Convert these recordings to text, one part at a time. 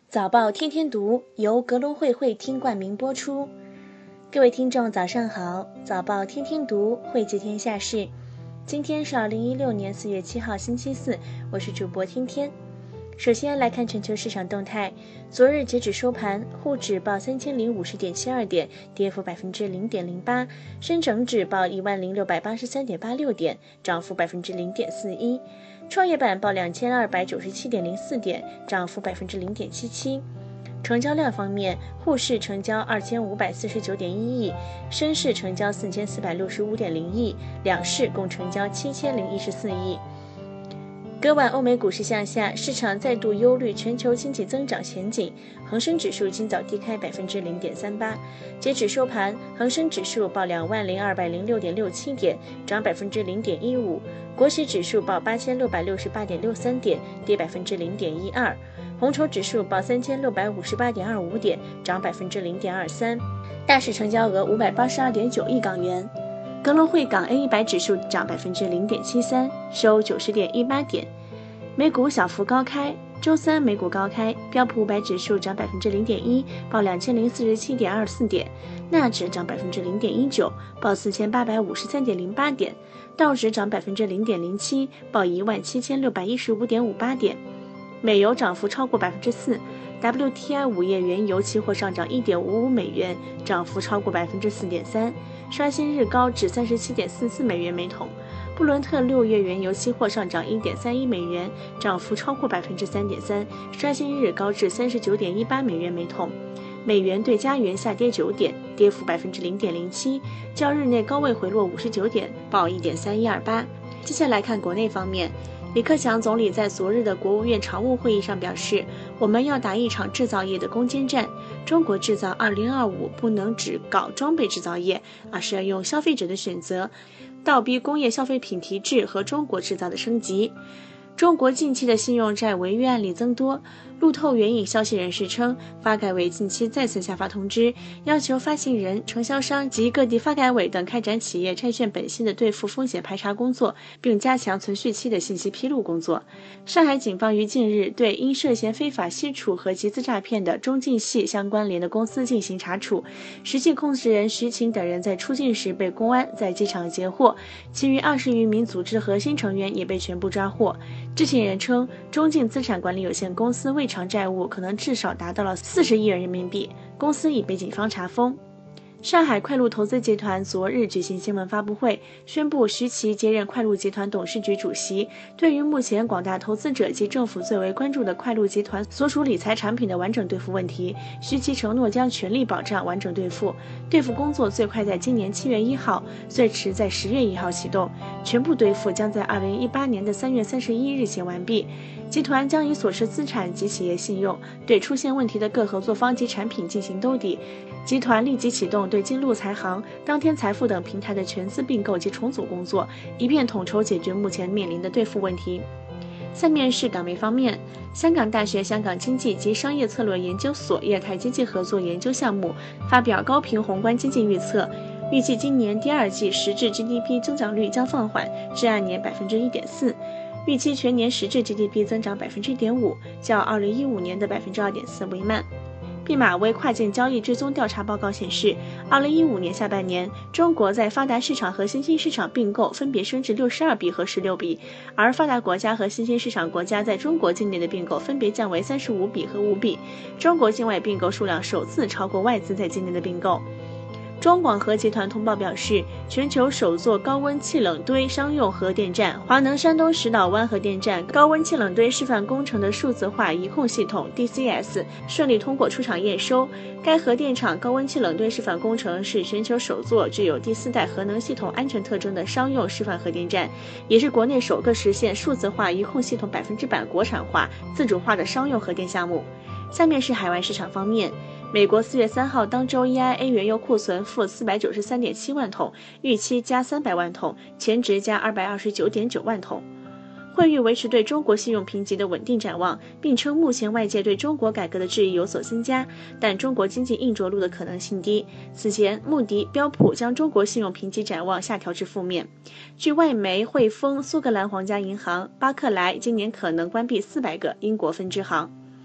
早报天天读由格隆汇会听冠名播出。各位听众早上好，早报天天读汇集天下事。今天是2016年4月7号星期四，我是主播天天。首先来看全球市场动态。昨日截止收盘，沪指报3050.72点，跌幅0.08%；深成指报10683.86点，涨幅0.41%；创业板报2297.04点，涨幅0.77%。成交量方面，沪市成交2549.1亿，深市成交4465.0亿，两市共成交7014亿。隔晚欧美股市向下，市场再度忧虑全球经济增长前景，恒生指数今早低开0.38%，截止收盘，恒生指数报20206.67点，涨0.15%；国企指数报8668.63点，跌0.12%；红筹指数报3658.25点，涨0.23%。大市成交额582.9亿港元。格隆汇港 A100 指数涨0.73%，收90.18点。美股小幅高开，周三美股高开，标普500指数涨0.1%，报2047.24点；纳指涨0.19%，报4853.08点；道指涨0.07%，报17615.58点。美油涨幅超过4%，WTI 午夜原油期货上涨1.55美元，涨幅超过4.3%，刷新日高至37.44美元每桶。布伦特6月原油期货上涨1.31美元，涨幅超过3.3%，刷新日高至39.18美元每桶。美元对加元下跌9点，跌幅0.07%，较日内高位回落59点，报1.3128。接下来看国内方面。李克强总理在昨日的国务院常务会议上表示，我们要打一场制造业的攻坚战，中国制造2025不能只搞装备制造业，而是要用消费者的选择，倒逼工业消费品提质和中国制造的升级。中国近期的信用债违约案例增多，路透援引消息人士称，发改委近期再次下发通知，要求发行人、承销商及各地发改委等开展企业债券本息的兑付风险排查工作，并加强存续期的信息披露工作。上海警方于近日对因涉嫌非法吸储和集资诈骗的中信系相关联的公司进行查处，实际控制人徐勤等人在出境时被公安在机场截获，其余20余名组织核心成员也被全部抓获。知情人称，中信资产管理有限公司未偿债务可能至少达到了40亿元人民币，公司已被警方查封。上海快鹿投资集团昨日举行新闻发布会，宣布徐奇接任快鹿集团董事局主席。对于目前广大投资者及政府最为关注的快鹿集团所属理财产品的完整兑付问题，徐奇承诺将全力保障完整兑付。兑付工作最快在今年7月1号，最迟在10月1号启动，全部兑付将在2018年的3月31日前完毕。集团将以所持资产及企业信用对出现问题的各合作方及产品进行兜底。集团立即启动对金鹿财行、当天财富等平台的全资并购及重组工作，以便统筹解决目前面临的兑付问题。下面是港媒方面，香港大学香港经济及商业策略研究所亚太经济合作研究项目发表高频宏观经济预测，预计今年第二季实质 GDP 增长率将放缓至按年 1.4%， 预期全年实质 GDP 增长 1.5%， 较2015年的 2.4% 为慢。毕马威跨境交易追踪调查报告显示，2015年下半年，中国在发达市场和新兴市场并购分别升至62比和16比，而发达国家和新兴市场国家在中国境内的并购分别降为35比和5比，中国境外并购数量首次超过外资在境内的并购。中广核集团通报表示，全球首座高温气冷堆商用核电站华能山东石岛湾核电站高温气冷堆示范工程的数字化仪控系统 DCS 顺利通过出厂验收。该核电厂高温气冷堆示范工程是全球首座具有第4代核能系统安全特征的商用示范核电站，也是国内首个实现数字化仪控系统100%国产化、自主化的商用核电项目。下面是海外市场方面。美国4月3号当周 EIA 原油库存负 493.7 万桶，预期加300万桶，前值加 229.9 万桶。惠誉维持对中国信用评级的稳定展望，并称目前外界对中国改革的质疑有所增加，但中国经济硬着陆的可能性低。此前，穆迪、标普将中国信用评级展望下调至负面。据外媒汇丰，苏格兰皇家银行、巴克莱今年可能关闭400个英国分支行。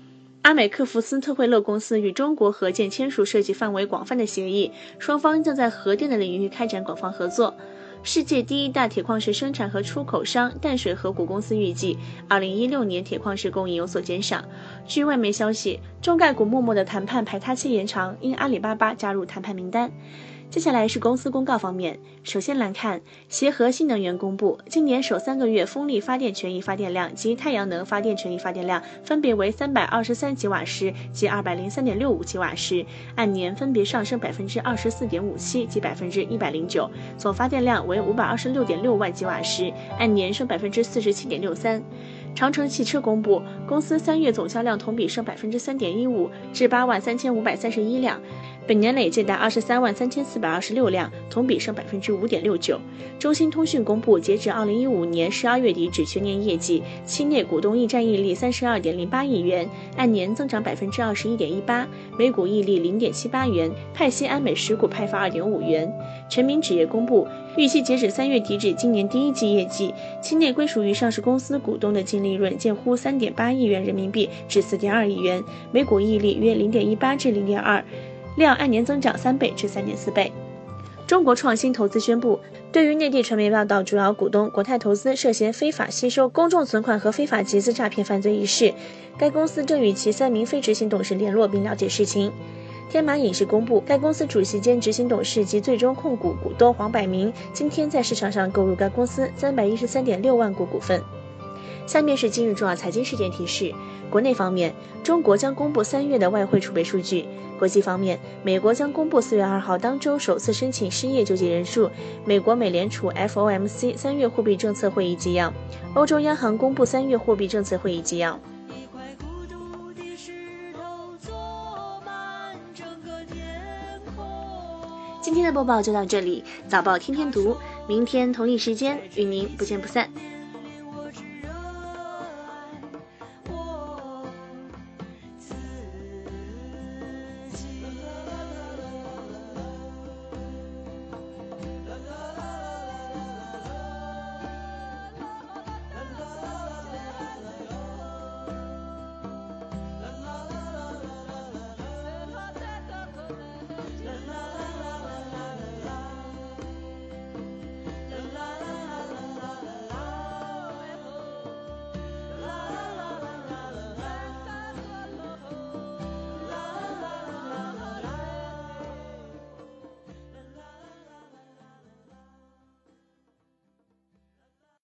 阿美克福斯特惠勒公司与中国核建签署涉及范围广泛的协议，双方将在核电的领域开展广泛合作。世界第一大铁矿石生产和出口商淡水河谷公司预计，2016年铁矿石供应有所减少。据外媒消息，中概股默默的谈判排他期延长，因阿里巴巴加入谈判名单。接下来是公司公告方面，首先来看协和新能源公布，今年首3个月风力发电权益发电量及太阳能发电权益发电量分别为323吉瓦时及203.65吉瓦时，按年分别上升24.57%及109%，总发电量为526.6万吉瓦时，按年升47.63%。长城汽车公布，公司3月总销量同比升3.15%至83531辆，本年累计达233426辆，同比升5.69%。中兴通讯公布，截至2015年12月底止全年业绩，期内股东溢占溢利32.08亿元，按年增长21.18%，每股溢利0.78元，派息安美10股派发2.5元。晨明纸业公布，预期截止3月底止今年第一季业绩，期内归属于上市公司股东的净利润见乎3.8亿元人民币至4.2亿元，每股溢利约0.18至0.2，量按年增长3倍至3.4倍。中国创新投资宣布，对于内地传媒报道主要股东国泰投资涉嫌非法吸收公众存款和非法集资诈骗犯罪一事，该公司正与其3名非执行董事联络并了解事情。天马影视公布，该公司主席兼执行董事及最终控股股东黄百鸣今天在市场上购入该公司313.6万股股份。下面是今日重要财经事件提示。国内方面，中国将公布3月的外汇储备数据。国际方面，美国将公布4月2号当周首次申请失业救济人数。美国美联储 FOMC 3月货币政策会议纪要。欧洲央行公布3月货币政策会议纪要。今天的播报就到这里，早报天天读，明天同一时间与您不见不散。